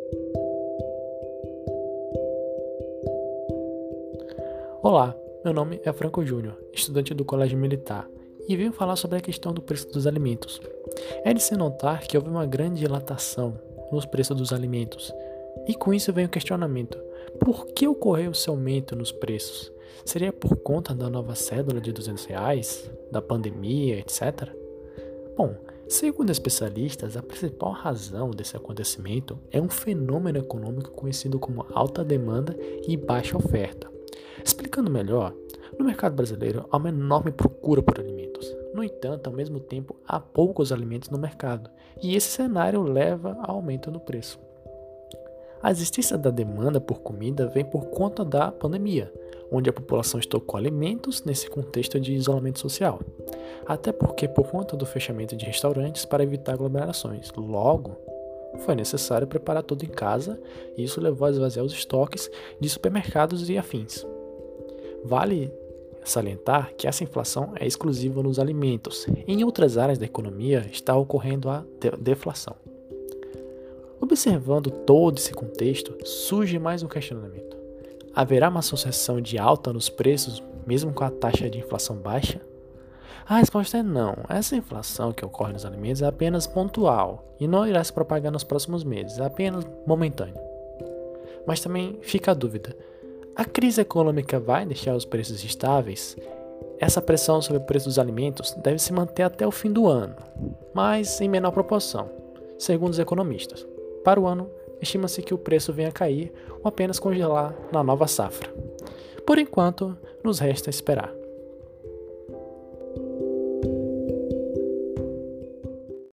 Olá, meu nome é Franco Júnior, estudante do Colégio Militar, e venho falar sobre a questão do preço dos alimentos. É de se notar que houve uma grande dilatação nos preços dos alimentos, e com isso vem o questionamento: por que ocorreu esse aumento nos preços? Seria por conta da nova cédula de R$ 200, da pandemia, etc? Bom, segundo especialistas, a principal razão desse acontecimento é um fenômeno econômico conhecido como alta demanda e baixa oferta. Explicando melhor, no mercado brasileiro há uma enorme procura por alimentos. No entanto, ao mesmo tempo, há poucos alimentos no mercado, e esse cenário leva ao aumento no preço. A existência da demanda por comida vem por conta da pandemia, onde a população estocou alimentos nesse contexto de isolamento social. Até porque, por conta do fechamento de restaurantes para evitar aglomerações, logo, foi necessário preparar tudo em casa, e isso levou a esvaziar os estoques de supermercados e afins. Vale salientar que essa inflação é exclusiva nos alimentos. Em outras áreas da economia está ocorrendo a deflação. Observando todo esse contexto, surge mais um questionamento. Haverá uma sucessão de alta nos preços, mesmo com a taxa de inflação baixa? A resposta é não. Essa inflação que ocorre nos alimentos é apenas pontual e não irá se propagar nos próximos meses, é apenas momentâneo. Mas também fica a dúvida: a crise econômica vai deixar os preços estáveis? Essa pressão sobre o preço dos alimentos deve se manter até o fim do ano, mas em menor proporção, segundo os economistas. Para o ano, estima-se que o preço venha a cair ou apenas congelar na nova safra. Por enquanto, nos resta esperar.